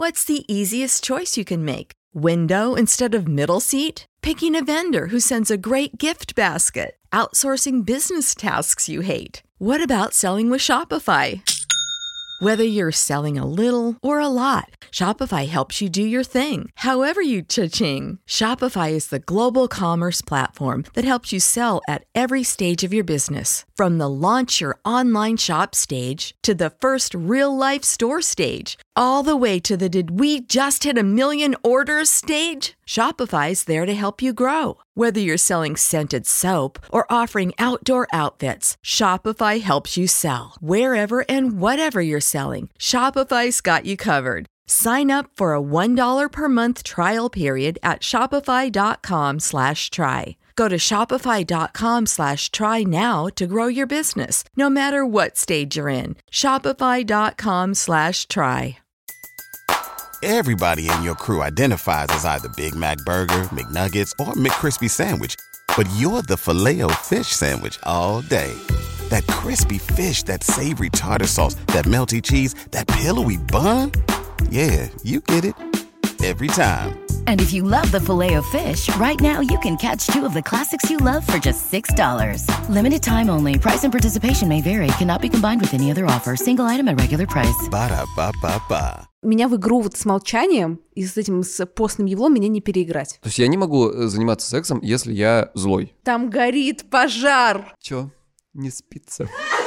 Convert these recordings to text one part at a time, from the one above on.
What's the easiest choice you can make? Window instead of middle seat? Picking a vendor who sends a great gift basket? Outsourcing business tasks you hate? What about selling with Shopify? Whether you're selling a little or a lot, Shopify helps you do your thing, however you cha-ching. Shopify is the global commerce platform that helps you sell at every stage of your business. From the launch your online shop stage to the first real-life store stage, all the way to the did we just hit a million orders stage. Shopify's there to help you grow. Whether you're selling scented soap or offering outdoor outfits, Shopify helps you sell. Wherever and whatever you're selling, Shopify's got you covered. Sign up for a $1 per month trial period at shopify.com/try. Go to shopify.com/try now to grow your business, no matter what stage you're in. Shopify.com/try. Everybody in your crew identifies as either Big Mac Burger, McNuggets, or McCrispy Sandwich. But you're the Filet-O-Fish Sandwich all day. That crispy fish, that savory tartar sauce, that melty cheese, that pillowy bun. Yeah, you get it. Every time. And if you love the Filet-O-Fish, right now you can catch two of the classics you love for just $6. Limited time only. Price and participation may vary. Cannot be combined with any other offer. Single item at regular price. Ba-da-ba-ba-ba. Меня в игру вот с молчанием и с этим с постным явлом меня не переиграть. То есть я не могу заниматься сексом, если я злой. Там горит пожар. Чё? Не спится.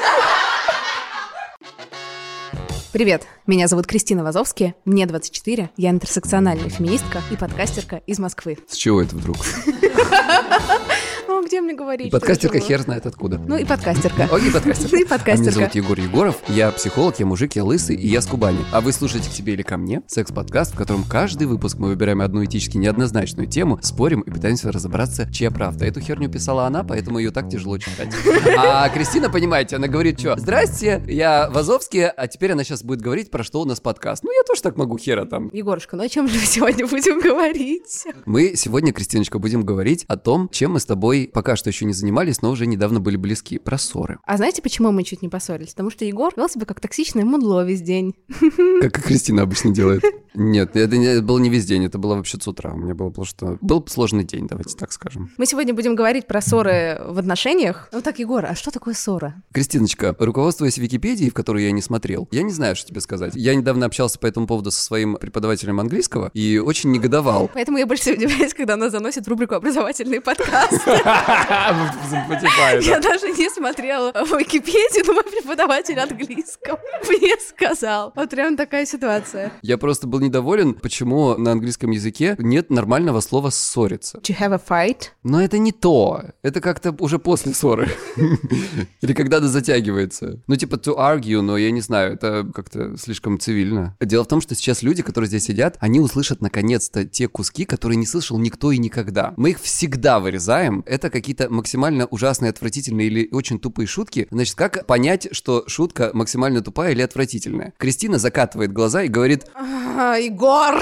Привет, меня зовут Кристина Вазовски, мне 24, я интерсекциональная феминистка и подкастерка из Москвы. С чего это вдруг? Ну, где мне говорить? И подкастерка хер знает откуда. Ну и подкастерка. Окей, подкастерка. И подкастерка. Меня зовут Егор Егоров, я психолог, я мужик, я лысый, и я с Кубани. А вы слушаете «К тебе или ко мне» — секс-подкаст, в котором каждый выпуск мы выбираем одну этически неоднозначную тему, спорим и пытаемся разобраться, чья правда. Эту херню писала она, поэтому ее так тяжело читать. А Кристина, понимаете, она говорит, что «Здрасте, я Вазовский», а теперь она сейчас будет говорить, про что у нас подкаст. Ну, я тоже так могу, хера там. Егорушка, ну о чем же мы сегодня будем говорить? Мы сегодня, Кристиночка, будем говорить о том, чем мы с тобой пока что еще не занимались, но уже недавно были близки. Про ссоры. А знаете, почему мы чуть не поссорились? Потому что Егор вел себя как токсичное мудло весь день. Как и Кристина обычно делает. Нет, это было не весь день, это было вообще с утра. У меня было просто... Был сложный день, давайте так скажем. Мы сегодня будем говорить про ссоры в отношениях. Ну так, Егор, а что такое ссора? Кристиночка, руководствуясь Википедией, в которую я не смотрел, я не знаю, что тебе сказать. Я недавно общался по этому поводу со своим преподавателем английского и очень негодовал. Поэтому я больше всего удивляюсь, когда она заносит в рубрику «Образовательный подкаст». Я даже не смотрела в Википедию, но мой преподаватель английского мне сказал. Вот прям такая ситуация. Я просто был недоволен, почему на английском языке нет нормального слова «ссориться». To have a fight? Но это не то. Это как-то уже после ссоры. Или когда она затягивается. Ну, типа to argue, но я не знаю, это как-то слишком цивильно. Дело в том, что сейчас люди, которые здесь сидят, они услышат наконец-то те куски, которые не слышал никто и никогда. Мы их всегда вырезаем. Это какие-то максимально ужасные, отвратительные или очень тупые шутки. Значит, как понять, что шутка максимально тупая или отвратительная? Кристина закатывает глаза и говорит... Егор!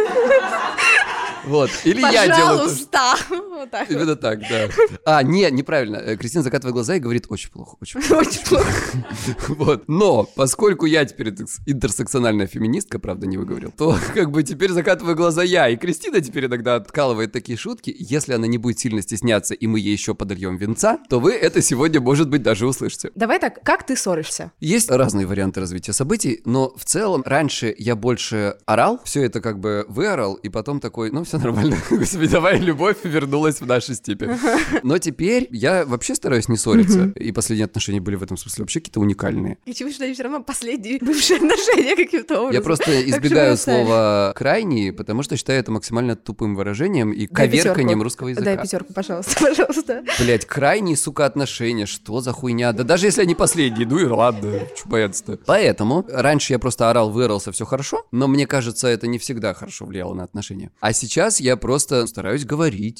Вот. Или я делаю... Пожалуйста! Вот так именно вот. так, да. Неправильно. Кристина закатывает глаза и говорит: очень плохо, очень плохо. Очень плохо. Вот. Но, поскольку я теперь интерсекциональная феминистка, правда, не выговорил, то как бы теперь закатываю глаза я. И Кристина теперь иногда откалывает такие шутки. Если она не будет сильно стесняться, и мы ей еще подольем винца, то вы это сегодня, может быть, даже услышите. Давай так, как ты ссоришься? Есть разные варианты развития событий, но в целом раньше я больше орал, все это как бы выорал, и потом такой, ну все нормально, господи, давай, любовь вернулась в наши степи. Но теперь я вообще стараюсь не ссориться, и последние отношения были в этом смысле вообще какие-то уникальные. И чего, что они все равно последние бывшие отношения каким-то образом. Я просто избегаю слова «крайние», потому что считаю это максимально тупым выражением и коверканием русского языка. Дай пятерку, пожалуйста, пожалуйста. Блять, крайние, сука, отношения, что за хуйня? Да даже если они последние, ну и ладно, что бояться-то. Поэтому раньше я просто орал, выорался, все хорошо, но мне кажется, это не всегда хорошо влияло на отношения. А сейчас я просто стараюсь говорить.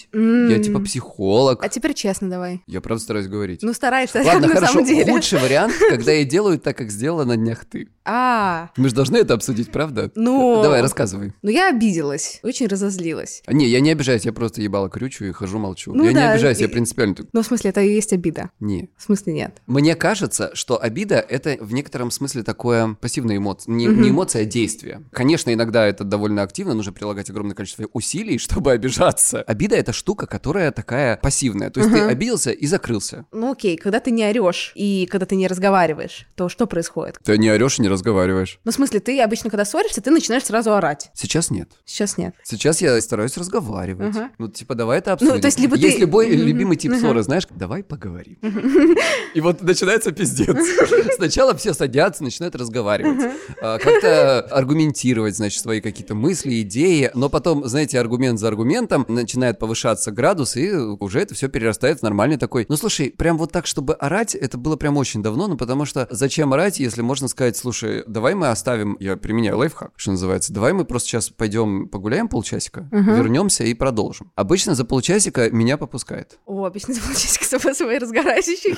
Я типа психолог. А теперь честно давай. Я правда стараюсь говорить. Ну, стараешься, Ладно, на хорошо. самом деле. Худший вариант, когда я делаю так, как сделала на днях ты. Мы же должны это обсудить, правда? Ну... Давай, рассказывай. Ну, я обиделась, очень разозлилась. Не, я не обижаюсь, я просто ебало крючу и хожу молчу. Ну, я да, не обижаюсь, я принципиально... Ну, в смысле, это и есть обида? Не. В смысле, нет? Мне кажется, что обида — это в некотором смысле такое пассивная эмоция. Не эмоция, а действие. Конечно, иногда это довольно активно, нужно прилагать огромное количество усилий, чтобы обижаться. Обида — это штука, которая такая пассивная. То есть ты обиделся и закрылся. Ну, окей, когда ты не орешь и когда ты не разговариваешь, то что происходит? Ты не орешь и не разговариваешь. Ну, в смысле, ты обычно, когда ссоришься, ты начинаешь сразу орать. Сейчас нет. Сейчас нет. Сейчас я стараюсь разговаривать. Ну, типа, давай это обсудим. Ну, то есть, либо есть ты... любой любимый тип ссоры, знаешь, давай поговорим. И вот начинается пиздец. Сначала все садятся, начинают разговаривать. Как-то аргументировать, значит, свои какие-то мысли, идеи. Но потом, знаете, аргумент за аргументом начинает повышаться градус, и уже это все перерастает в нормальный такой. Ну, слушай, прям вот так, чтобы орать, это было прям очень давно, ну, потому что зачем орать, если можно сказать, слушай, давай мы оставим, я применяю лайфхак, что называется, давай мы просто сейчас пойдем погуляем полчасика, вернемся и продолжим. Обычно за полчасика меня попускает. О, обычно за полчасика своей разгорающей.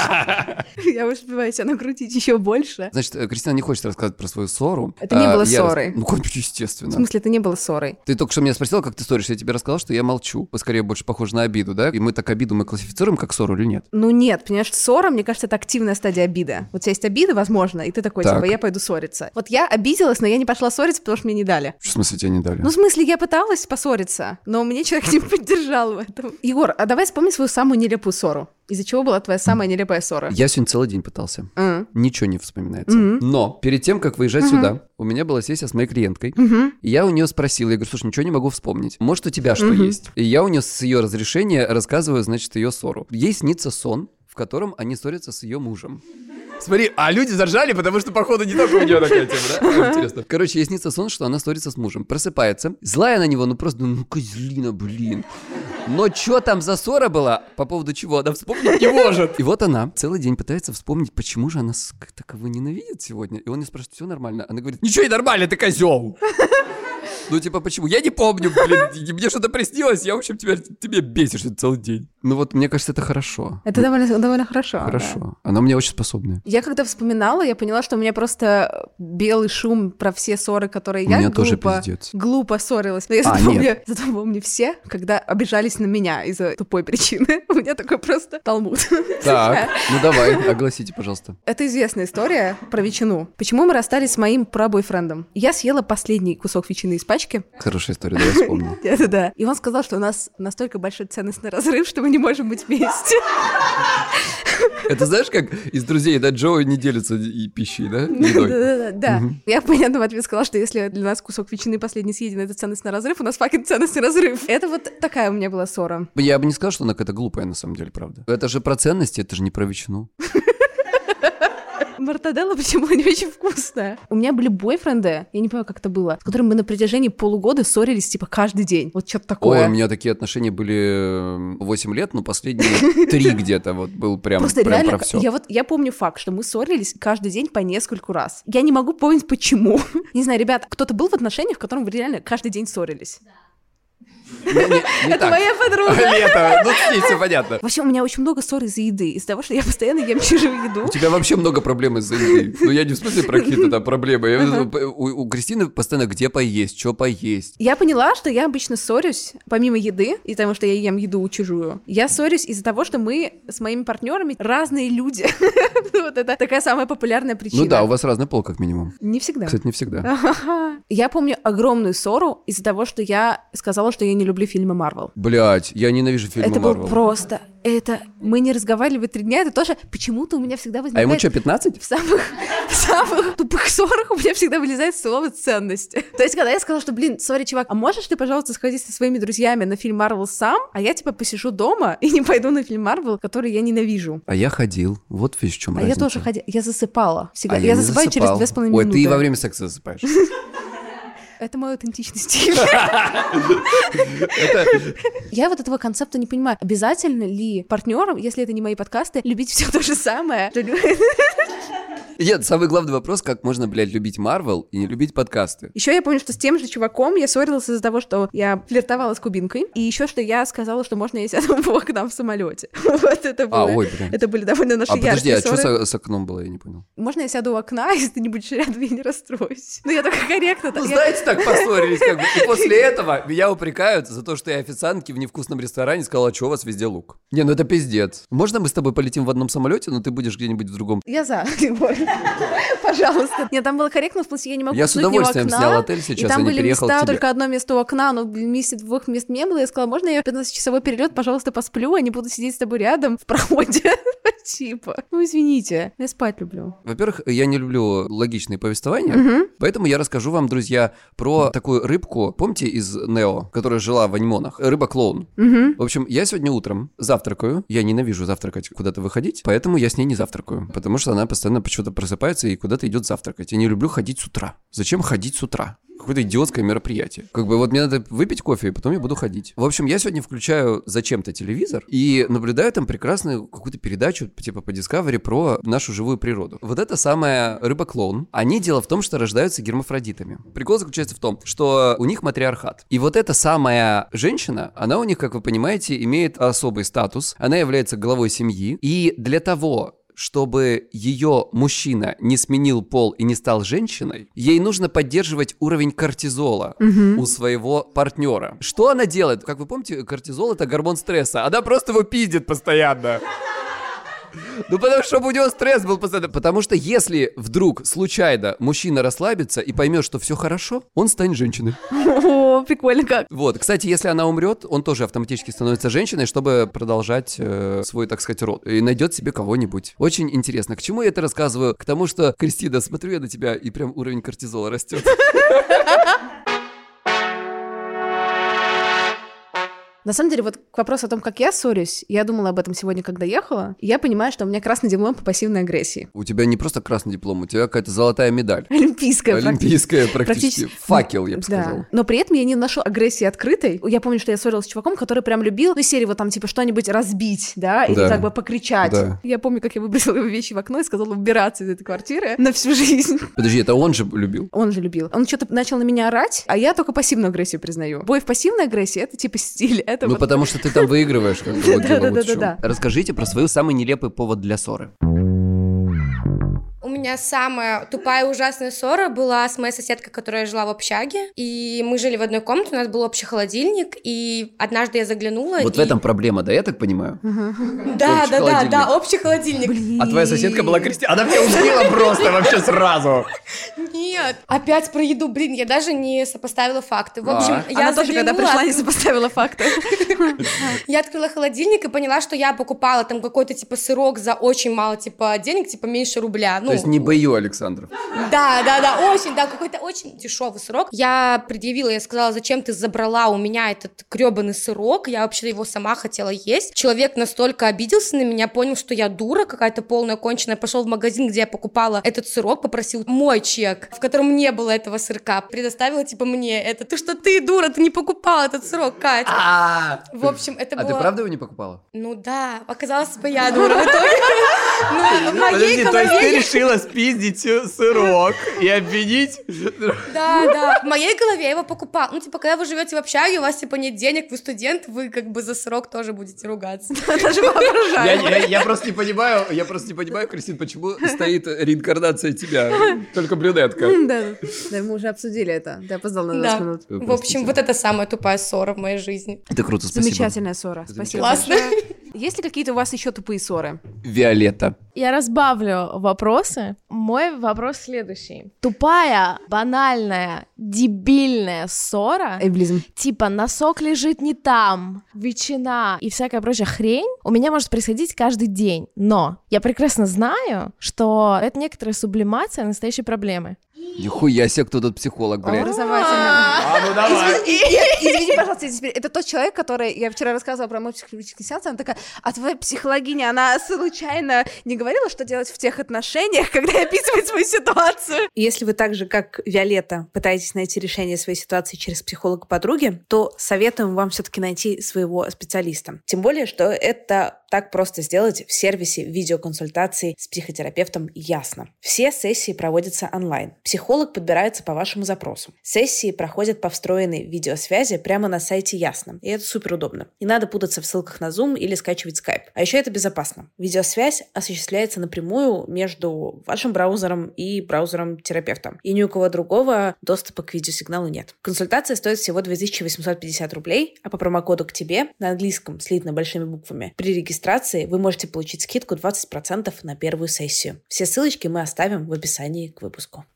Я успеваю себя накрутить еще больше. Значит, Кристина не хочет рассказывать про свою ссору. Это не было ссорой. Ну, конечно, естественно. В смысле, это не было ссорой. Ты только что меня спросила, как ты ссоришься, я тебе рассказал, что я молчу. Скорее, больше похоже на обиду, да? И мы так обиду мы классифицируем как ссору или нет? Ну нет, понимаешь, ссора, мне кажется, это активная стадия обиды. Вот у тебя есть обида, возможно, и ты такой, Так. типа, я пойду ссориться. Вот я обиделась, но я не пошла ссориться, потому что мне не дали. В смысле, тебя не дали? Ну, в смысле, я пыталась поссориться, но мне человек не поддержал в этом. Егор, а давай вспомни свою самую нелепую ссору. Из-за чего была твоя самая нелепая ссора? Я сегодня целый день пытался. Ничего не вспоминается. Но перед тем, как выезжать сюда, у меня была сессия с моей клиенткой. И я у нее спросил, я говорю, слушай, ничего не могу вспомнить. Может, у тебя что есть? И я у нее с ее разрешения рассказываю, значит, ее ссору. Ей снится сон, в котором они ссорятся с ее мужем. Смотри, а люди заржали, потому что, походу, не только у нее такая тема, да? Интересно. Короче, ей снится сон, что она ссорится с мужем. Просыпается, злая на него, ну просто, ну козлина, блин. Но что там за ссора была, по поводу чего, она вспомнить не может. И вот она целый день пытается вспомнить, почему же она так его ненавидит сегодня. И он ее спрашивает, все нормально? Она говорит, ничего не нормально, ты козел. Ну, типа, почему? Я не помню, блин, мне что-то приснилось, я, в общем, ты меня бесишь целый день. Ну вот, мне кажется, это хорошо. Это довольно хорошо. Хорошо. Да. Она у меня очень способная. Я когда вспоминала, я поняла, что у меня просто белый шум про все ссоры, которые я глупо ссорилась. Но я зато помню все, когда обижались на меня из-за тупой причины. У меня такой просто талмуд. Так, ну давай, огласите, пожалуйста. Это известная история про ветчину. Почему мы расстались с моим прабойфрендом? Я съела последний кусок ветчины из пачки. Хорошая история, давай вспомню. Да. И он сказал, что у нас настолько большой ценностный разрыв, что мы не можем быть вместе. Это знаешь, как из друзей, да, Джоуи не делятся и пищей, да? Да. Я понятно в ответ сказала, что если для нас кусок ветчины последний съеден, это ценностный разрыв, у нас факин ценностный разрыв. Это вот такая у меня была ссора. Я бы не сказал, что она какая-то глупая, на самом деле, правда. Это же про ценности, это же не про ветчину. Мортаделла почему не очень вкусная. У меня были бойфренды, я не понимаю, как это было, с которыми мы на протяжении полугода ссорились, типа, каждый день. Вот что-то такое. Ой, у меня такие отношения были 8 лет, но последние 3 где-то вот был прям реально, про все. Я помню факт, что мы ссорились каждый день по нескольку раз. Я не могу помнить, почему. Не знаю, ребят, кто-то был в отношениях, в котором вы реально каждый день ссорились? Это моя подруга. Лето, ну с ней все понятно. Вообще, у меня очень много ссор из-за еды, из-за того, что я постоянно ем чужую еду. У тебя вообще много проблем из-за еды. Ну, я не в смысле про какие-то там проблемы. У Кристины постоянно где поесть, что поесть. Я поняла, что я обычно ссорюсь, помимо еды, из-за того, что я ем еду чужую, я ссорюсь из-за того, что мы с моими партнерами разные люди. Вот это такая самая популярная причина. Ну да, у вас разный пол, как минимум. Не всегда. Кстати, не всегда. Я помню огромную ссору из-за того, что я сказала, что я не люблю фильмы Марвел. Блять, я ненавижу фильмы Марвел. Это было просто... Мы не разговаривали 3 дня, это тоже почему-то у меня всегда возникает... А ему что, 15? В самых тупых ссорах у меня всегда вылезает слово «ценности». То есть, когда я сказала, что, блин, сори, чувак, а можешь ты, пожалуйста, сходить со своими друзьями на фильм Марвел сам, а я, типа, посижу дома и не пойду на фильм Марвел, который я ненавижу. А я ходил. Вот в чем разница. Я тоже ходила. Я засыпала всегда. Я засыпаю через 2,5 минуты. Ой, ты во время секса засыпаешь. Это моя аутентичность. Я вот этого концепта не понимаю. Обязательно ли партнерам, если это не мои подкасты, любить все то же самое? Нет, самый главный вопрос, как можно, блядь, любить Марвел и не любить подкасты. Еще я помню, что с тем же чуваком я ссорилась из-за того, что я флиртовала с кубинкой, и еще что я сказала, что можно я сяду в окна в самолете. Вот это было. Это были довольно наши яркие ссоры. Подожди, а что с окном было, я не понял. Можно я сяду у окна, если ты не будешь рядом, я не расстроюсь. Ну, я только корректно. Ну, знаете, так поссорились как бы. И после этого меня упрекают за то, что я официантке в невкусном ресторане сказала, что у вас везде лук. Не, ну это пиздец. Можно мы с тобой полетим в одном самолете, но ты будешь где-нибудь в другом? Я за, пожалуйста. Нет, там было корректно, в смысле, я не могу Я с удовольствием снял отель сейчас, а не переехал к тебе. И там были места, только одно место у окна, но вместе двух мест не было. Я сказала, можно я 15-часовой перелет, пожалуйста, посплю, а не буду сидеть с тобой рядом в проходе. Типа, ну извините, я спать люблю. Во-первых, я не люблю логичные повествования, поэтому я расскажу вам, друзья, про такую рыбку, помните, из Нео, которая жила в анимонах? Рыба-клоун. В общем, я сегодня утром завтракаю, я ненавижу завтракать, куда-то выходить, поэтому я с ней не завтракаю, потому что она постоянно почему-то просыпается и куда-то идет завтракать. Я не люблю ходить с утра. Зачем ходить с утра? Какое-то идиотское мероприятие. Как бы вот мне надо выпить кофе, и потом я буду ходить. В общем, я сегодня включаю зачем-то телевизор и наблюдаю там прекрасную какую-то передачу, типа по Discovery, про нашу живую природу. Вот это самая рыба-клоун. Они дело в том, что рождаются гермафродитами. Прикол заключается в том, что у них матриархат. И вот эта самая женщина, она у них, как вы понимаете, имеет особый статус. Она является главой семьи. И для того, чтобы ее мужчина не сменил пол и не стал женщиной, ей нужно поддерживать уровень кортизола у своего партнера. Что она делает? Как вы помните, кортизол — это гормон стресса. Она просто его пиздит постоянно. Ну, потому что чтобы у него стресс был постоянно. Потому что если вдруг случайно мужчина расслабится и поймет, что все хорошо, он станет женщиной. О, прикольно как. Вот, кстати, если она умрет, он тоже автоматически становится женщиной, чтобы продолжать свой, так сказать, род. И найдет себе кого-нибудь. Очень интересно. К чему я это рассказываю? К тому, что, Кристина, смотрю я на тебя, и прям уровень кортизола растет. На самом деле, вот к вопросу о том, как я ссорюсь, я думала об этом сегодня, когда ехала, и я понимаю, что у меня красный диплом по пассивной агрессии. У тебя не просто красный диплом, у тебя какая-то золотая медаль. Олимпийская практически. Факел, я бы сказал. Да. Но при этом я не ношу агрессии открытой. Я помню, что я ссорилась с чуваком, который прям любил, ну, серии вот там, типа, что-нибудь разбить, да, или как бы покричать. Да. Я помню, как я выбросила его вещи в окно и сказала убираться из этой квартиры на всю жизнь. Подожди, это он же любил? Он же любил. Он что-то начал на меня орать, а я только пассивную агрессию признаю. Бой в пассивной агрессии — это типа стиль. Это ну, вот... потому что ты там выигрываешь. Да. Расскажите про свой самый нелепый повод для ссоры. У меня самая тупая и ужасная ссора была с моей соседкой, которая жила в общаге, и мы жили в одной комнате, у нас был общий холодильник, и однажды я заглянула. Вот в этом проблема, да, я так понимаю? Да, общий холодильник. Блин. А твоя соседка была Кристина? Она меня убила просто вообще сразу. Нет, опять про еду, блин, я даже не сопоставила факты. В общем, я Она тоже, когда пришла, не сопоставила факты. Я открыла холодильник и поняла, что я покупала там какой-то, типа, сырок за очень мало, типа, денег, типа, меньше рубля. То есть не Б.Ю. Александров. Да, очень, да, какой-то очень дешевый сырок. Я предъявила, я сказала, зачем ты забрала у меня этот гребаный сырок, я вообще его сама хотела есть. Человек настолько обиделся на меня, понял, что я дура какая-то полная, конченая, пошел в магазин, где я покупала этот сырок, попросил мой чек, в котором не было этого сырка, предоставила, типа, мне это. Ты дура, ты не покупала этот сырок, Катя. В общем, это было... А ты правда его не покупала? Ну да, оказалось, что я дура в итоге. Подожди, то есть ты решила спиздить сырок и обвинить? Да, в моей голове я его покупала. Ну, типа, когда вы живете в общаге, у вас, типа, нет денег, вы студент, вы, как бы, за сырок тоже будете ругаться. Даже воображаю. Я просто не понимаю, Кристин, почему стоит реинкарнация тебя, только брюнетка. Да, мы уже обсудили это. Ты опоздал на 20 минут. В общем, вот это самая тупая ссора в моей жизни. Это круто, спасибо. Замечательная ссора, спасибо. Классно. Есть ли какие-то у вас еще тупые ссоры? Виолетта. Я разбавлю вопросы. Мой вопрос следующий. Тупая, банальная, дебильная ссора, типа носок лежит не там, ветчина и всякая прочая хрень, у меня может происходить каждый день. Но я прекрасно знаю, что это некоторая сублимация настоящей проблемы. Нихуя себе, кто тут психолог, блядь. Образовательно. давай. Извини, пожалуйста, это тот человек, который... Я вчера рассказывала про мой психологический сеанс, она такая, а твоя психологиня, она случайно не говорила, что делать в тех отношениях, когда описывает свою ситуацию? Если вы так же, как Виолетта, пытаетесь найти решение своей ситуации через психолога подруги, то советуем вам все-таки найти своего специалиста. Тем более, что это так просто сделать в сервисе видеоконсультаций с психотерапевтом Ясно. Все сессии проводятся онлайн. Психолог подбирается по вашему запросу. Сессии проходят по встроенной видеосвязи прямо на сайте Ясно. И это супер удобно. Не надо путаться в ссылках на Zoom или скачивать Skype. А еще это безопасно. Видеосвязь осуществляется напрямую между вашим браузером и браузером терапевта. И ни у кого другого доступа к видеосигналу нет. Консультация стоит всего 2850 рублей, а по промокоду «К тебе» на английском слитно большими буквами при регистрации вы можете получить скидку 20% на первую сессию. Все ссылочки мы оставим в описании к выпуску.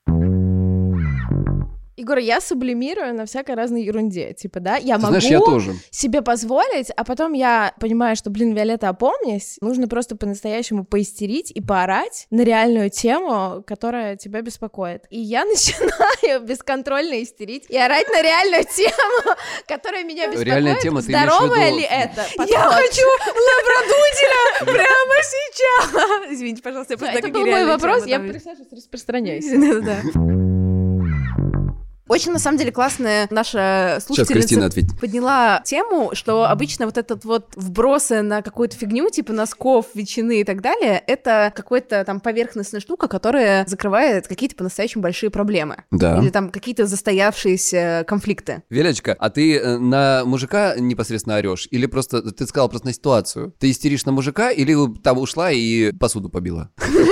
Егор, я сублимирую на всякой разной ерунде, типа, да, я могу я тоже. себе позволить, а потом я понимаю, что, Виолетта, опомнись, нужно просто по-настоящему поистерить и поорать на реальную тему, которая тебя беспокоит. И я начинаю бесконтрольно истерить и орать на реальную тему, которая меня беспокоит. Реальная тема, ты здоровая ли это? Я хочу лабрадуделя прямо сейчас! Извините, пожалуйста, я просто это был мой вопрос, я присаживаюсь, распространяйся. Да. Очень, на самом деле, классная наша слушательница подняла тему, что обычно вот этот вот вбросы на какую-то фигню, типа носков, ветчины и так далее, это какая-то там поверхностная штука, которая закрывает какие-то по-настоящему большие проблемы. Да. Или там какие-то застоявшиеся конфликты. Велечка, а ты на мужика непосредственно орешь? Или просто, ты сказала просто на ситуацию? Ты истеришь на мужика или там ушла и посуду побила?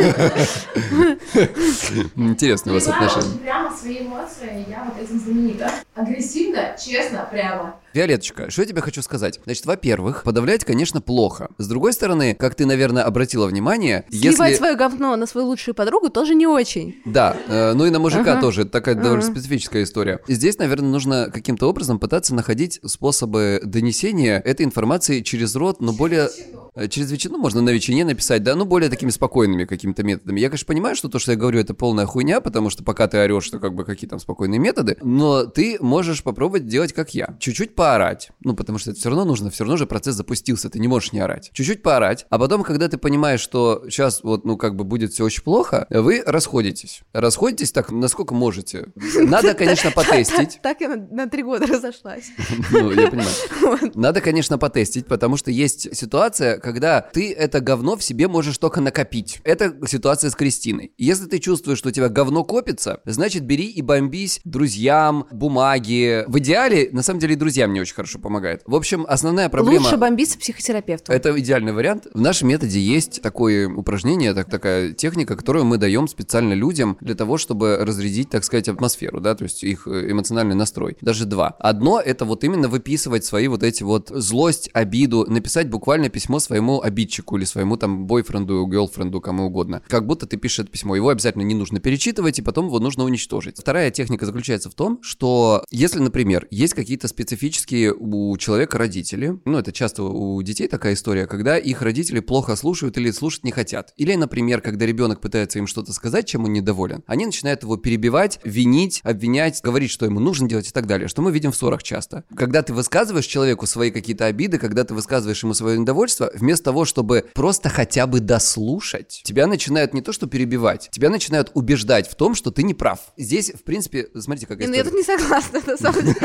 Интересно у вас отношения. Прямо свои эмоции я вот этим знаменита. Агрессивно, честно, прямо. Виолетточка, что я тебе хочу сказать? Значит, во-первых, подавлять, конечно, плохо. С другой стороны, как ты, наверное, обратила внимание, сливать свое говно на свою лучшую подругу тоже не очень. Да, ну и на мужика тоже. Это такая довольно специфическая история. И здесь, наверное, нужно каким-то образом пытаться находить способы донесения этой информации через рот, но более... Через ветчину можно на ветчине написать, да, ну, более такими спокойными какими-то методами. Я, конечно, понимаю, что то, что я говорю, это полная хуйня, потому что пока ты орешь, то как бы какие там спокойные методы, но ты можешь попробовать делать, как я. Чуть-чуть поорать, ну, потому что это все равно же процесс запустился, ты не можешь не орать. Чуть-чуть поорать, а потом, когда ты понимаешь, что сейчас вот, ну, как бы будет все очень плохо, вы расходитесь. Расходитесь так, насколько можете. Надо, конечно, потестить. Так я на 3 года разошлась. Ну, я понимаю. Надо, конечно, потестить, потому что есть ситуация, когда ты это говно в себе можешь только накопить. Это ситуация с Кристиной. Если ты чувствуешь, что у тебя говно копится, значит, бери и бомбись друзьям, бумаге. В идеале, на самом деле, и друзьям не очень хорошо помогает. В общем, основная проблема... Лучше бомбиться психотерапевту. Это идеальный вариант. В нашем методе есть такое упражнение, такая техника, которую мы даем специально людям для того, чтобы разрядить, так сказать, атмосферу, да, то есть их эмоциональный настрой. Даже 2. Одно — это вот именно выписывать свои вот эти вот злость, обиду, написать буквально письмо своему обидчику или своему там бойфренду, герлфренду, кому угодно. Как будто ты пишешь это письмо. Его обязательно не нужно перечитывать, и потом его нужно уничтожить. Вторая техника заключается в том, что если, например, есть какие-то специфические у человека родители, ну, это часто у детей такая история, когда их родители плохо слушают или слушать не хотят. Или, например, когда ребенок пытается им что-то сказать, чем он недоволен, они начинают его перебивать, винить, обвинять, говорить, что ему нужно делать и так далее, что мы видим в ссорах часто. Когда ты высказываешь человеку свои какие-то обиды, когда ты высказываешь ему свое недовольство, вместо того, чтобы просто хотя бы дослушать, тебя начинают не то что перебивать, тебя начинают убеждать в том, что ты не прав. Здесь, в принципе, смотрите, какая история. Ну, я тут не согласна, на самом деле.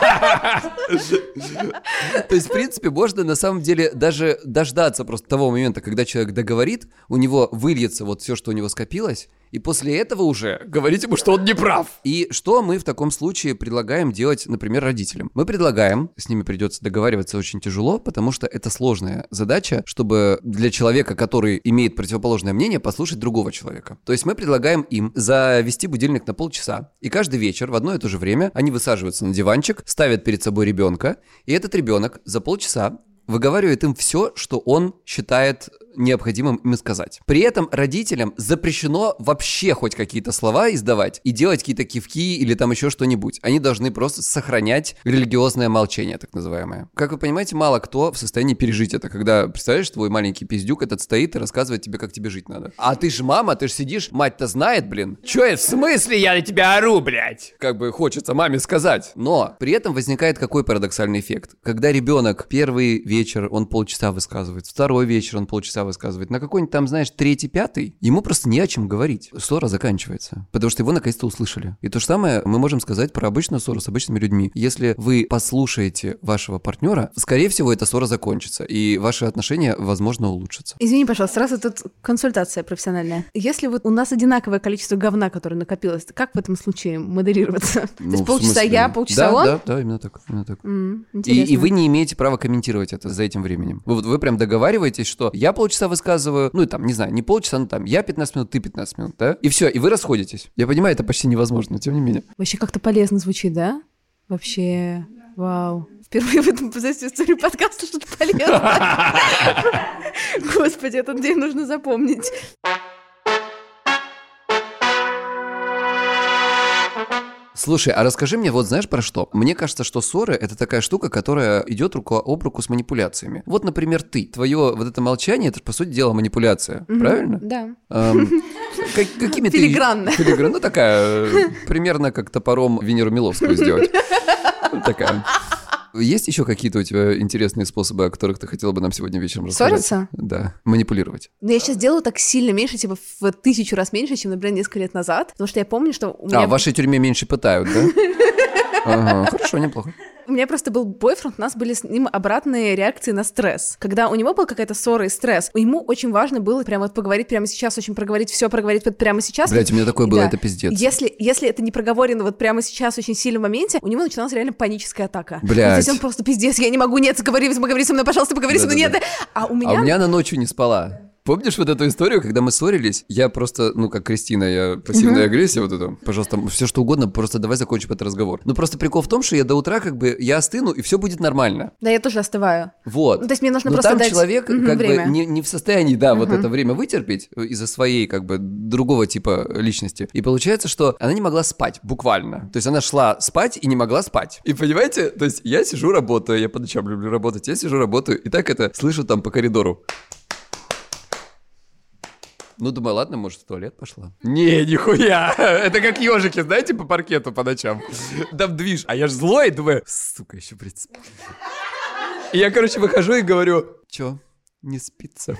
То есть, в принципе, можно на самом деле даже дождаться просто того момента, когда человек договорит, у него выльется вот все, что у него скопилось, и после этого уже говорить ему, что он не прав. И что мы в таком случае предлагаем делать, например, родителям? Мы предлагаем, с ними придется договариваться очень тяжело, потому что это сложная задача, чтобы для человека, который имеет противоположное мнение, послушать другого человека. То есть мы предлагаем им завести будильник на полчаса, и каждый вечер в одно и то же время они высаживаются на диванчик, ставят перед собой ребенка, и этот ребенок за полчаса выговаривает им все, что он считает необходимым им сказать. При этом родителям запрещено вообще хоть какие-то слова издавать и делать какие-то кивки или там еще что-нибудь. Они должны просто сохранять религиозное молчание, так называемое. Как вы понимаете, мало кто в состоянии пережить это, когда, представляешь, твой маленький пиздюк этот стоит и рассказывает тебе, как тебе жить надо. А ты ж мама, ты ж сидишь, мать-то знает, блин. Чё это, в смысле я на тебя ору, блядь? Как бы хочется маме сказать. Но при этом возникает какой парадоксальный эффект. Когда ребенок первый вечер, он полчаса высказывает, второй вечер он полчаса высказывает, на какой-нибудь там, знаешь, третий, пятый, ему просто не о чем говорить. Ссора заканчивается, потому что его наконец-то услышали. И то же самое мы можем сказать про обычную ссору с обычными людьми. Если вы послушаете вашего партнера, скорее всего, эта ссора закончится, и ваши отношения, возможно, улучшатся. Извини, пожалуйста, сразу тут консультация профессиональная. Если вот у нас одинаковое количество говна, которое накопилось, то как в этом случае модерироваться? То есть полчаса я, полчаса он? Да, именно так. И вы не имеете права комментировать это за этим временем. Вы прям договариваетесь, что я полчаса высказываю, ну и там, не знаю, не полчаса, но там я 15 минут, ты 15 минут, да? И все, и вы расходитесь. Я понимаю, это почти невозможно, но тем не менее. Вообще как-то полезно звучит, да? Вообще, вау. Впервые в этом истории подкаста что-то полезное. Господи, этот день нужно запомнить. Слушай, а расскажи мне, вот знаешь про что? Мне кажется, что ссоры — это такая штука, которая идет рука об руку с манипуляциями. Вот, например, твое вот это молчание, это, по сути дела, манипуляция, правильно? Да. Какими ты... Филигранно. Ну, такая, примерно как топором Венеру Миловскую сделать. Такая. Есть еще какие-то у тебя интересные способы, о которых ты хотела бы нам сегодня вечером рассказать? Ссориться? Да, манипулировать. Но я сейчас делаю так сильно меньше, типа в 1000 раз меньше, чем, например, несколько лет назад, потому что я помню, что у меня... в вашей тюрьме меньше пытают, да? Ага, хорошо, неплохо. У меня просто был бойфренд, у нас были с ним обратные реакции на стресс. Когда у него была какая-то ссора и стресс, ему очень важно было прям вот поговорить прямо сейчас, очень проговорить все, проговорить вот прямо сейчас. Блять, у меня такое было, это пиздец. Если это не проговорено вот прямо сейчас, очень сильно в моменте, у него начиналась реально паническая атака. Блять. То есть он просто пиздец, я не могу, нет, поговори со мной, пожалуйста, поговори со мной, нет. А у меня она ночью не спала. Помнишь вот эту историю, когда мы ссорились? Я просто, как Кристина, я пассивная агрессия вот эту. Пожалуйста, все что угодно, просто давай закончим этот разговор. Просто прикол в том, что я до утра я остыну, и все будет нормально. Да, я тоже остываю. Вот. То есть мне нужно просто дать человек время. Бы не в состоянии, вот это время вытерпеть из-за своей другого типа личности. И получается, что она не могла спать, буквально. То есть она шла спать и не могла спать. И понимаете, то есть я сижу, работаю, я по ночам люблю работать, я сижу, работаю, и так это слышу там по коридору. Думаю, ладно, может, в туалет пошла. Не, нихуя. Это как ежики, знаете, по паркету по ночам. Там движ. А я ж злой, думаю, сука, еще, блядь. И я, выхожу и говорю, чё, не спится?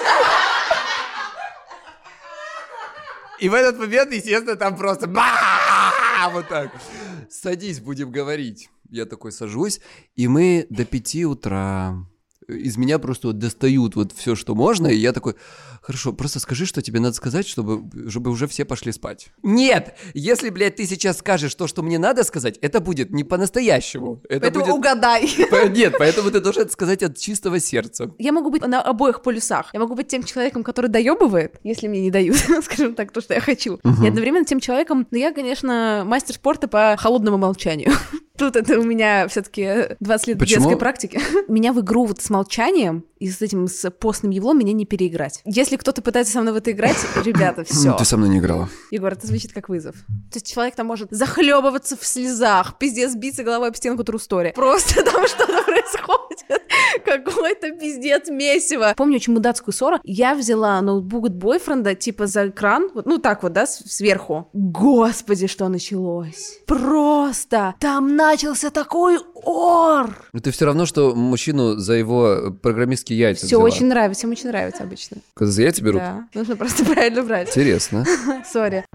И в этот момент, естественно, там просто вот так. Садись, будем говорить. Я такой сажусь, и мы до 5 утра... Из меня просто достают все, что можно, и я такой, хорошо, просто скажи, что тебе надо сказать, чтобы уже все пошли спать. Нет! Если, блядь, ты сейчас скажешь то, что мне надо сказать, это будет не по-настоящему. Поэтому угадай. Нет, поэтому ты должен сказать от чистого сердца. Я могу быть на обоих полюсах. Я могу быть тем человеком, который доебывает, если мне не дают, скажем так, то, что я хочу. И одновременно тем человеком, я, конечно, мастер спорта по холодному молчанию. Тут это у меня все-таки 20 лет детской практики. Меня в игру с молчанием и с постным евлом меня не переиграть. Если кто-то пытается со мной в это играть, ребята, все. Ты со мной не играла. Егор, это звучит как вызов. То есть человек там может захлебываться в слезах, пиздец, биться головой об стенку True Story. Просто там что-то происходит. Какой-то пиздец месиво. Помню очень мудацкую ссору. Я взяла ноутбук от бойфренда, за экран, сверху. Господи, что началось. Просто там начался такой ор. Это все равно, что мужчину за его программистские яйца Все очень нравится, всем очень нравится обычно. Когда за яйца берут? Да, нужно просто правильно брать. Интересно. Сори.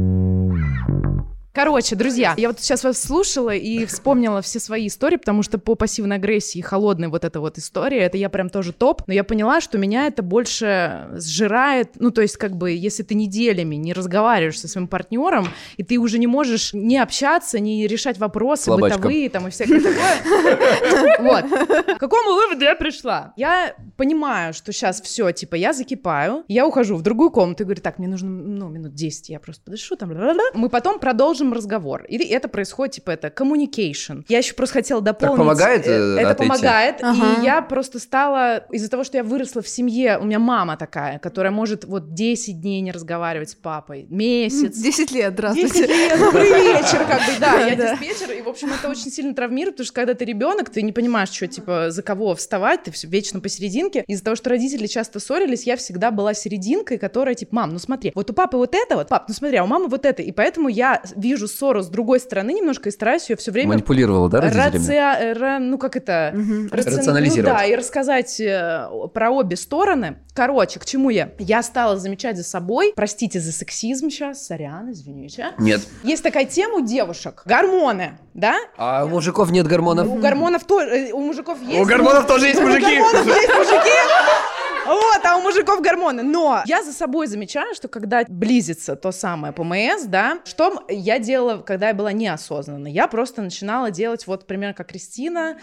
Короче, друзья, я сейчас вас слушала и вспомнила все свои истории, потому что по пассивной агрессии холодной эта история, это я прям тоже топ, но я поняла, что меня это больше сжирает, то есть если ты неделями не разговариваешь со своим партнером, и ты уже не можешь ни общаться, ни решать вопросы бытовые и всякое такое. Вот. К какому выводу я пришла? Я понимаю, что сейчас все, я закипаю, я ухожу в другую комнату и говорю, так, мне нужно, минут 10, я просто подышу, мы потом продолжим продолжим разговор. И это происходит, типа, это communication. Я еще просто хотела дополнить. Так помогает это отойти? Помогает, и я просто стала, из-за того, что я выросла в семье, у меня мама такая, которая может вот 10 дней не разговаривать с папой, месяц. 10 лет, здравствуйте. 10 лет, добрый вечер, как бы, да, я диспетчер, и, в общем, это очень сильно травмирует, потому что когда ты ребенок, ты не понимаешь, что, типа, за кого вставать, ты все вечно посерединке. Из-за того, что родители часто ссорились, я всегда была серединкой, которая, типа, мам, ну смотри, вот у папы вот это вот, пап, ну смотри, а у мамы вот это, и поэтому я вижу ссору с другой стороны немножко и стараюсь ее все время... Манипулировала, да, родителями? Ну, как это? Рационализировать. Ну, да, и рассказать про обе стороны. Короче, к чему я? Я стала замечать за собой, простите за сексизм сейчас, сорян, извините. Нет. Есть такая тема у девушек. Гормоны, да? А у мужиков нет гормонов? У гормонов тоже, у мужиков есть. У гормонов тоже есть мужики. У гормонов есть мужики. Вот, а у мужиков гормоны. Но я за собой замечаю, что когда близится то самое ПМС, да, что я делала, когда я была неосознанна? Я просто начинала делать вот примерно как Кристина.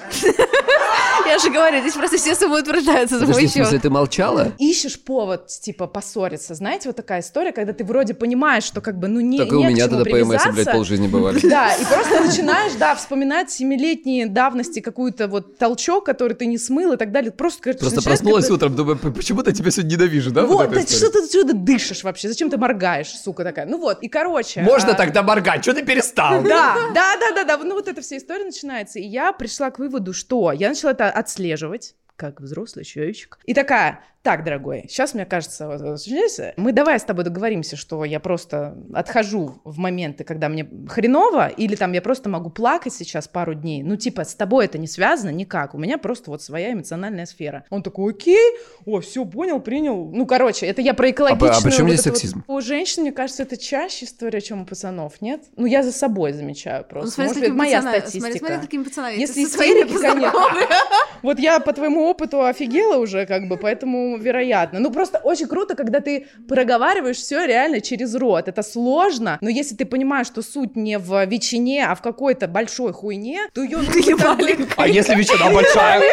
Я же говорю, здесь просто все самоутверждаются за мой счет. В смысле, ты молчала? Ищешь повод, типа, поссориться. Знаете, вот такая история, когда ты вроде понимаешь, что как бы, ну, не к чему привязаться. Так и у меня тогда ПМС, блядь, полжизни бывали. Да, и просто начинаешь, да, вспоминать 7-летние давности какую-то вот толчок, который ты не смыл и так далее. Просто проснулась утром, думаю, почему-то тебя сегодня ненавижу, да? Вот, да, что ты дышишь вообще? Зачем ты моргаешь, сука такая? Ну вот, и короче... Можно тогда моргать, что ты перестал? Да, ну вот эта вся история начинается, и я пришла к выводу, что я начала это отслеживать, как взрослый человечек, и такая... Так, дорогой, сейчас, мне кажется, мы давай с тобой договоримся, что я просто отхожу в моменты, когда мне хреново, или там я просто могу плакать сейчас пару дней. Ну, типа, с тобой это не связано никак. У меня просто вот своя эмоциональная сфера. Он такой, окей, все, понял, принял. Ну, короче, это я про экологичную... А при чем здесь сексизм? У женщин, мне кажется, это чаще история, чем у пацанов, нет? Ну, я за собой замечаю просто. Ну, может, это моя статистика. Смотри, какими пацанами. Если истерики, конечно. Вот я по твоему опыту офигела уже, как бы, поэтому... вероятно. Ну, просто очень круто, когда ты проговариваешь все реально через рот. Это сложно, но если ты понимаешь, что суть не в ветчине, а в какой-то большой хуйне, то ее нужно маленькой. А если ветчина большая?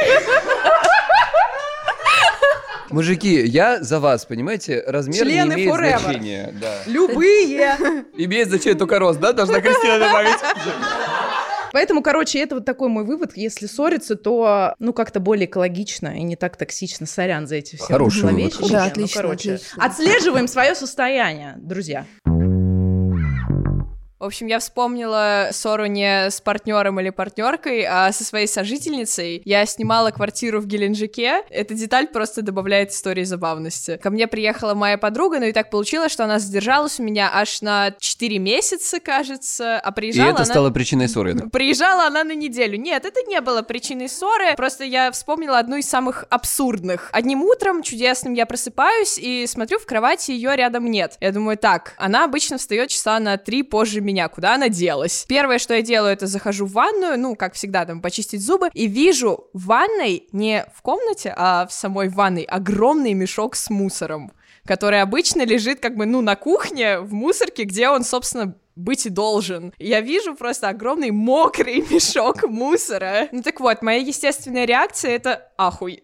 Мужики, я за вас, понимаете, размер члены не имеет forever. Значения. Да. Любые. Имеет значение только рост, да? Должна Кристина добавить. Поэтому, короче, это вот такой мой вывод. Если ссориться, то, ну, как-то более экологично и не так токсично. Сорян за эти все зловещие. Да, отлично, короче, отлично. Отслеживаем свое состояние, друзья. В общем, я вспомнила ссору не с партнером или партнеркой, а со своей сожительницей. Я снимала квартиру в Геленджике. Эта деталь просто добавляет истории забавности. Ко мне приехала моя подруга, но и так получилось, что она задержалась у меня аж на 4 месяца, кажется, а приезжала и это стало причиной ссоры, да? Приезжала она на неделю. Нет, это не было причиной ссоры, просто я вспомнила одну из самых абсурдных. Одним утром чудесным я просыпаюсь и смотрю, в кровати ее рядом нет. Я думаю, так, она обычно встает часа на 3 позже меня, куда она делась? Первое, что я делаю, это захожу в ванную, ну, как всегда, там, почистить зубы, и вижу в ванной, не в комнате, а в самой ванной, огромный мешок с мусором, который обычно лежит, как бы, ну, на кухне, в мусорке, где он, собственно, быть и должен. Я вижу просто огромный мокрый мешок мусора. Ну так вот, моя естественная реакция — это ахуй.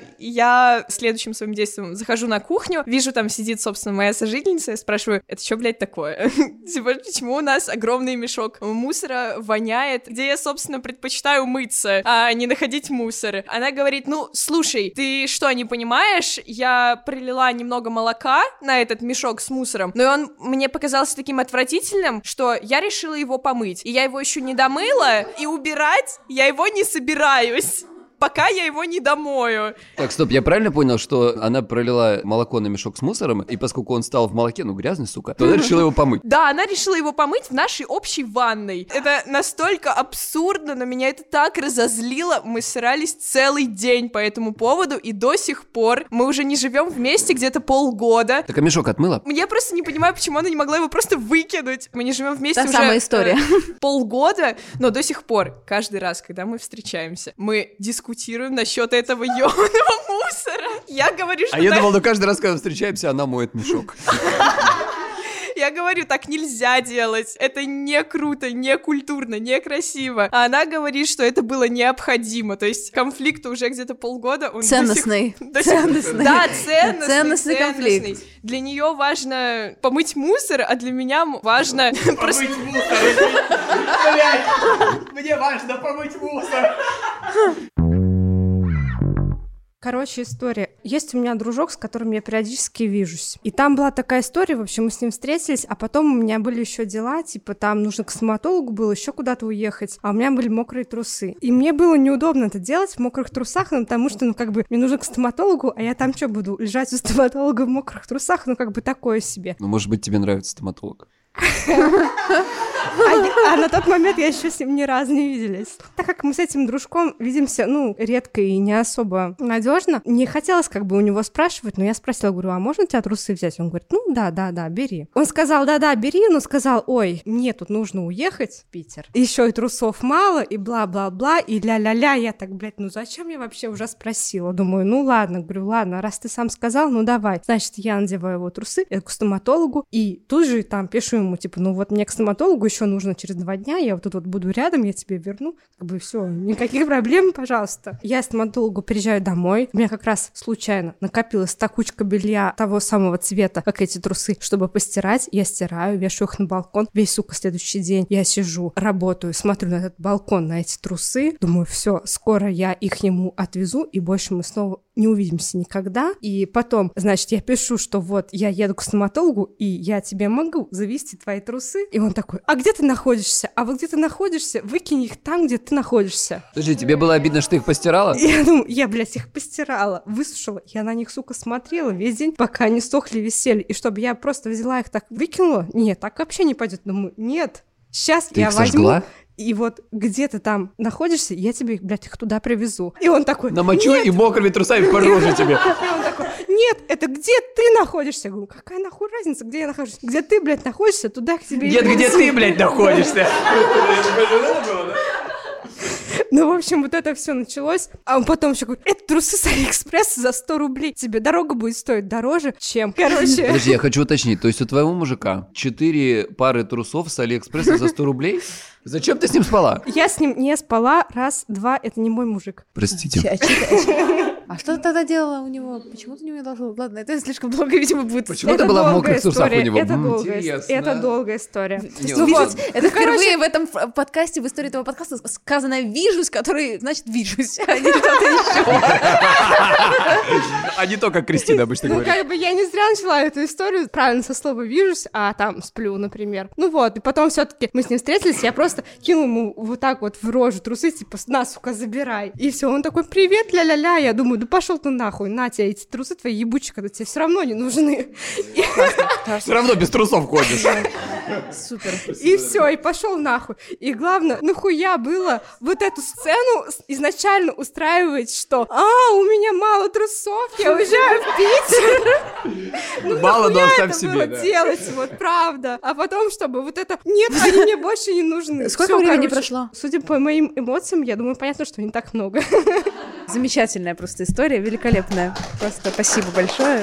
Я следующим своим действием захожу на кухню, вижу, там сидит, собственно, моя сожительница, я спрашиваю, это что, блядь, такое? Типа, почему у нас огромный мешок мусора воняет, где я, собственно, предпочитаю мыться, а не находить мусор? Она говорит, ну, слушай, ты что, не понимаешь? Я пролила немного молока на этот мешок с мусором, но он мне показался таким отвратительным, что я решила его помыть. И я его еще не домыла, и убирать я его не собираюсь, пока я его не домою. Так, стоп, я правильно понял, что она пролила молоко на мешок с мусором, и поскольку он стал в молоке, ну, грязный, сука, то она решила его помыть? Да, она решила его помыть в нашей общей ванной. Это настолько абсурдно, но меня это так разозлило. Мы ссорились целый день по этому поводу, и до сих пор мы уже не живем вместе где-то полгода. Так, а мешок отмыла? Я просто не понимаю, почему она не могла его просто выкинуть. Мы не живем вместе Та уже самая история. Полгода, но до сих пор, каждый раз, когда мы встречаемся, мы дискутируем насчет этого ёбаного мусора. Я говорю, что... А я думал, ну каждый раз, когда встречаемся, она моет мешок. Я говорю, так нельзя делать, это не круто, не культурно, не красиво. А она говорит, что это было необходимо, то есть конфликт уже где-то полгода. Он ценностный. Да, ценностный конфликт. Для нее важно помыть мусор, а для меня важно... Помыть мусор! Блядь! Мне важно помыть мусор! Короче, история. Есть у меня дружок, с которым я периодически вижусь. И там была такая история, в общем, мы с ним встретились, а потом у меня были еще дела, типа там нужно к стоматологу было еще куда-то уехать, а у меня были мокрые трусы. И мне было неудобно это делать в мокрых трусах, ну, потому что, ну, как бы, мне нужно к стоматологу, а я там что, буду лежать у стоматолога в мокрых трусах? Ну, как бы, такое себе. Ну, может быть, тебе нравится стоматолог? А на тот момент я еще с ним ни разу не виделись. Так как мы с этим дружком видимся, ну, редко и не особо надежно, не хотелось как бы у него спрашивать, но я спросила, говорю, а можно у тебя трусы взять? Он говорит, ну, да, бери. Он сказал, да, бери, но сказал, ой, мне тут нужно уехать в Питер. Еще и трусов мало, и бла-бла-бла, и ля-ля-ля. Я так, блядь, ну зачем я вообще уже спросила? Думаю, ну ладно, говорю, ладно, раз ты сам сказал, ну давай. Значит, я надеваю его трусы, я к стоматологу, и тут же там пишу ему, типа, ну вот мне к стоматологу еще нужно через 2 дня, я вот тут вот буду рядом, я тебе верну, как бы все, никаких проблем, пожалуйста. Я к стоматологу приезжаю домой, у меня как раз случайно накопилась та кучка белья того самого цвета, как эти трусы, чтобы постирать, я стираю, вешаю их на балкон, весь, сука, следующий день я сижу, работаю, смотрю на этот балкон, на эти трусы, думаю, все, скоро я их ему отвезу, и больше мы снова не увидимся никогда. И потом, значит, я пишу, что вот я еду к стоматологу, и я тебе могу завести твои трусы. И он такой, а где ты находишься? А вот где ты находишься, выкинь их там, где ты находишься. Слушай, тебе было обидно, что ты их постирала? Я думаю, я, блядь, их постирала, высушила. Я на них, сука, смотрела весь день, пока они сохли, висели. И чтобы я просто взяла их так, выкинула? Нет, так вообще не пойдет. Думаю, нет, сейчас ты я их возьму... Сожгла? И вот где ты там находишься, я тебе, блядь, их туда привезу. И он такой, намочу нет. И мокрыми трусами по роже тебе. И он такой, нет, это где ты находишься? Я говорю, какая нахуй разница, где я нахожусь? Где ты, блядь, находишься, туда к тебе Нет, где ты, блядь, находишься? Ну, в общем, вот это все началось. А он потом еще говорит, это трусы с Алиэкспресса за 100 рублей. Тебе дорога будет стоить дороже, чем... Короче... Подожди, я хочу уточнить. То есть у твоего мужика 4 пары трусов с Алиэкспресса за 100 рублей? Зачем ты с ним спала? Я с ним не спала раз, два, это не мой мужик. Простите. А что ты тогда делала у него? Почему ты у него должна... Ладно, это слишком долго, видимо, будет. Почему ты была в мокрых трусах у него? Это долгая история. Ну вот, это впервые в этом подкасте, в истории этого подкаста сказано «вижусь», который значит «вижусь», а не что-то еще. А не то, как Кристина обычно говорит. Ну, как бы я не зря начала эту историю правильно со слова «вижусь», а там «сплю», например. Ну вот, и потом все-таки мы с ним встретились, я просто кинула ему вот так вот в рожу трусы, типа «на, сука, забирай». И все, он такой «привет, ля-ля-ля». Я думаю, да пошел ты нахуй, на тебе эти трусы твои ебучие, когда тебе все равно не нужны. Все равно без трусов ходишь. Супер. И все, и пошел нахуй. И главное, нахуя было вот эту сцену изначально устраивать, что у меня мало трусов, я уезжаю в Питер. Мало, но оставь это себе, было да. делать, вот правда. А потом, чтобы вот это, нет, они мне больше не нужны. Сколько времени прошло? Судя по моим эмоциям, я думаю, понятно, что не так много. Замечательная просто история, великолепная. Просто спасибо большое.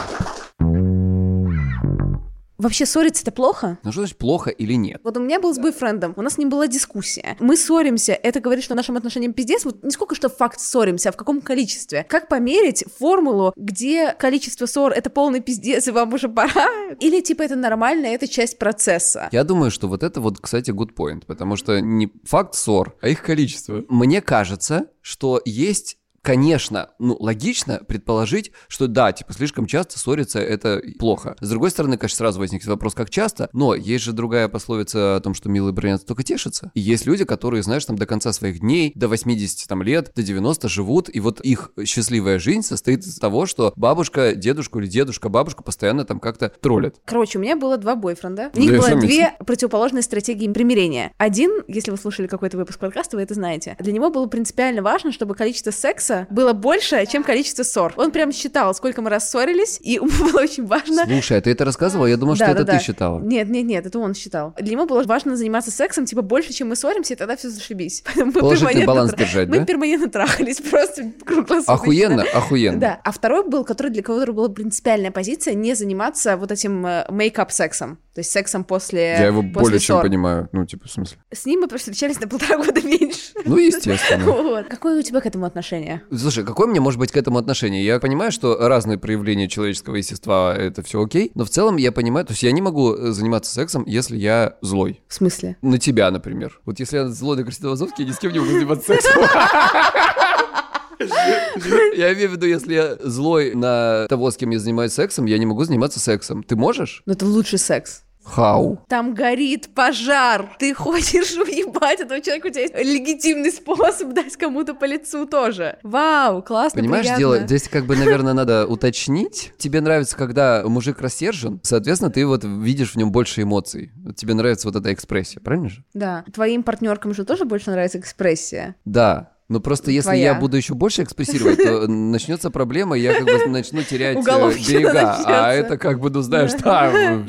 Вообще ссориться это плохо? Ну что значит плохо или нет? Вот у меня был с бойфрендом, у нас с ним была дискуссия. Мы ссоримся, это говорит, что нашим отношениям пиздец. Вот не сколько что факт ссоримся, а в каком количестве. Как померить формулу, где количество ссор это полный пиздец, и вам уже пора? Или типа это нормально, это часть процесса? Я думаю, что вот это вот, кстати, good point, потому что не факт ссор, а их количество. Мне кажется, что есть... Конечно, логично предположить, что да, типа, слишком часто ссориться — это плохо. С другой стороны, конечно, сразу возникнет вопрос, как часто, но есть же другая пословица о том, что милые бронятся, только тешатся. И есть люди, которые, знаешь, там до конца своих дней, до 80 там, лет, до 90 живут, и вот их счастливая жизнь состоит из того, что бабушка, дедушку или дедушка, бабушку постоянно там как-то троллят. Короче, у меня было 2 бойфренда. У них было 2 противоположные стратегии примирения. Один, если вы слушали какой-то выпуск подкаста, вы это знаете, для него было принципиально важно, чтобы количество секса было больше, чем количество ссор. Он прям считал, сколько мы раз ссорились, и ему было очень важно... Слушай, а ты это рассказывала? Я думала, что это ты считала. Нет, это он считал. Для него было важно заниматься сексом, типа, больше, чем мы ссоримся, и тогда все зашибись. Положительный баланс держать, да? Мы перманентно трахались, просто круглосуточно. Охуенно. Да. А второй был, для которого была принципиальная позиция не заниматься вот этим мейкап-сексом. То То есть сексом после Я его более ссор. чем понимаю. Ну, типа, в смысле? С ним мы просто встречались на 1,5 года меньше. Ну, естественно. Вот. Какое у тебя к этому отношение? Слушай, какое мне может быть к этому отношение? Я понимаю, что разные проявления человеческого естества — это все окей, но в целом я понимаю, то есть я не могу заниматься сексом, если я злой. В смысле? На тебя, например. Вот если я злой на Кристину Вазовски, я ни с кем не могу заниматься сексом. Я имею в виду, если я злой на того, с кем я занимаюсь сексом, я не могу заниматься сексом. Ты можешь? Но это лучший секс. How? Там горит пожар. Ты хочешь уебать этого человека, у тебя есть легитимный способ дать кому-то по лицу тоже. Вау, классно, понимаешь, приятно. дело, здесь как бы, наверное, надо уточнить. Тебе нравится, когда мужик рассержен, соответственно, ты вот видишь в нем больше эмоций. Тебе нравится вот эта экспрессия, правильно же? Да. Твоим партнеркам же тоже больше нравится экспрессия? Да. Но просто если я буду еще больше экспрессировать, то начнется проблема, и я как бы начну терять берега. А это как бы, ну знаешь, там...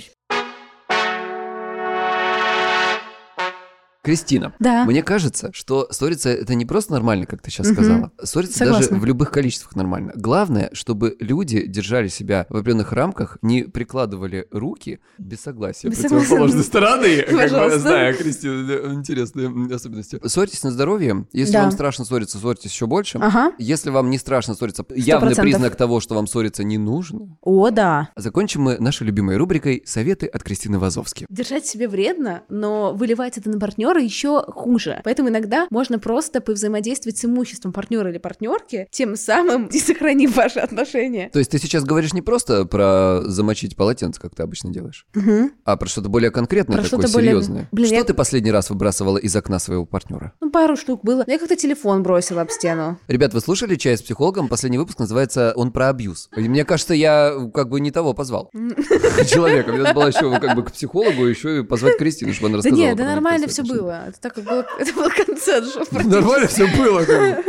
Кристина, да. Мне кажется, что ссориться — это не просто нормально, как ты сейчас сказала. Ссориться даже в любых количествах нормально. Главное, чтобы люди держали себя в определенных рамках, не прикладывали руки без согласия противоположной стороны. Как бы, знаю, Кристина, интересные особенности. Ссорьтесь на здоровье. Если вам страшно ссориться, ссорьтесь еще больше. Если вам не страшно ссориться, явный признак того, что вам ссориться не нужно. О, да. Закончим мы нашей любимой рубрикой «Советы от Кристины Вазовски». Держать себе вредно, но выливать это на партнера еще хуже. Поэтому иногда можно просто повзаимодействовать с имуществом партнера или партнерки, тем самым и сохранив ваши отношения. То есть ты сейчас говоришь не просто про замочить полотенце, как ты обычно делаешь, а про что-то более конкретное, про такое серьезное. Что ты последний раз выбрасывала из окна своего партнера? Ну, пару штук было. Я как-то телефон бросила об стену. Ребят, вы слушали «Чай с психологом»? Последний выпуск называется «Он про абьюз». И мне кажется, я как бы не того позвал человека. Мне надо было еще как бы к психологу еще и позвать Кристину, чтобы она рассказала. Да нет, да нормально все было. Это так как было, это был концерт. Нормально все было.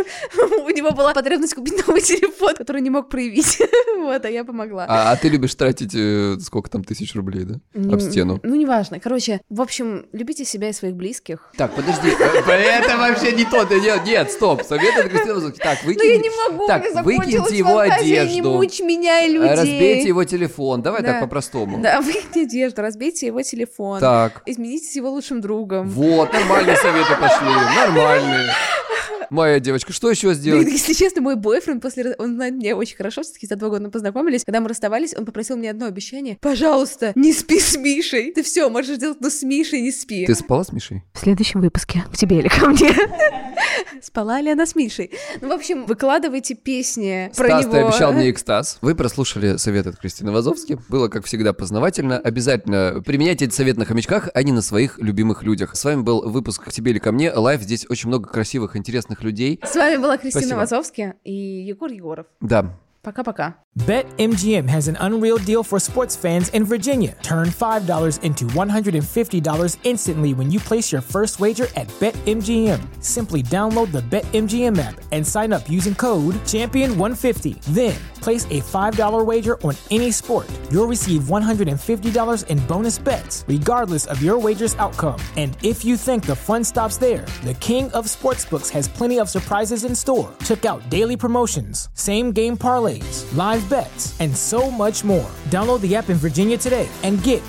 У него была потребность купить новый телефон, который не мог проявить. Вот, а я помогла. А ты любишь тратить сколько там 1000 рублей, да? Об стену. Ну, неважно. Короче, в общем, любите себя и своих близких. Так, подожди. Это вообще не то. Нет, стоп. Совет от Кристины Вазовски. Так, выкиньте. Ну, я не могу. Так, выкиньте его одежду. Не мучь меня и людей. Разбейте его телефон. Давай так по-простому. Да, выкиньте одежду, разбейте его телефон. Так. Изменитесь его лучшим другом. Вот, нормальные советы пошли. Нормальные. Моя девочка, что еще сделать? Если честно, мой бойфренд он знает меня очень хорошо, все-таки за 2 года мы познакомились. Когда мы расставались, он попросил мне одно обещание: пожалуйста, не спи с Мишей. Ты все можешь делать, но с Мишей не спи. Ты спала с Мишей? В следующем выпуске. К тебе или ко мне? Спала ли она с Мишей? Ну, в общем, выкладывайте песни про него. Стас, ты обещал мне экстаз. Вы прослушали совет от Кристины Вазовски. Было, как всегда, познавательно. Обязательно применяйте этот совет на хомячках, а не на своих любимых людях. С вами был выпуск «К тебе или ко мне». Лайв. Здесь очень много красивых, интересных людей. С вами была Кристина Вазовски и Егор Егоров. Да. Пока-пока. BetMGM has an unreal deal for sports fans in Virginia. Turn $5 into $150 instantly when you place your first wager at BetMGM. Simply download the BetMGM app and sign up using code Champion150. Then, place a $5 wager on any sport. You'll receive $150 in bonus bets, regardless of your wager's outcome. And if you think the fun stops there, the king of sportsbooks has plenty of surprises in store. Check out daily promotions, same-game parlays, live bets, and so much more. Download the app in Virginia today and get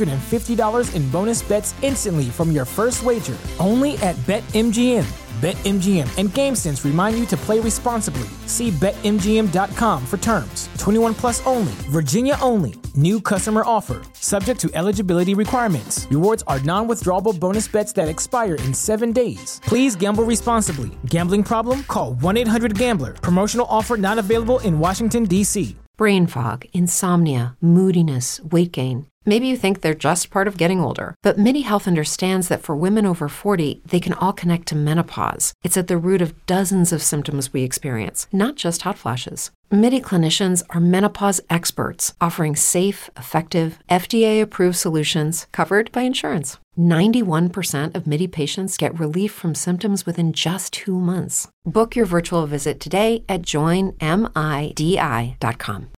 $150 in bonus bets instantly from your first wager. Only at BetMGM. BetMGM and GameSense remind you to play responsibly. See BetMGM.com for terms. 21 plus only. Virginia only. New customer offer. Subject to eligibility requirements. Rewards are non-withdrawable bonus bets that expire in 7 days. Please gamble responsibly. Gambling problem? Call 1-800-GAMBLER. Promotional offer not available in Washington, D.C. Brain fog, insomnia, moodiness, weight gain. Maybe you think they're just part of getting older, but MIDI Health understands that for women over 40, they can all connect to menopause. It's at the root of dozens of symptoms we experience, not just hot flashes. MIDI clinicians are menopause experts, offering safe, effective, FDA-approved solutions covered by insurance. 91% of MIDI patients get relief from symptoms within just 2 months. Book your virtual visit today at joinmidi.com.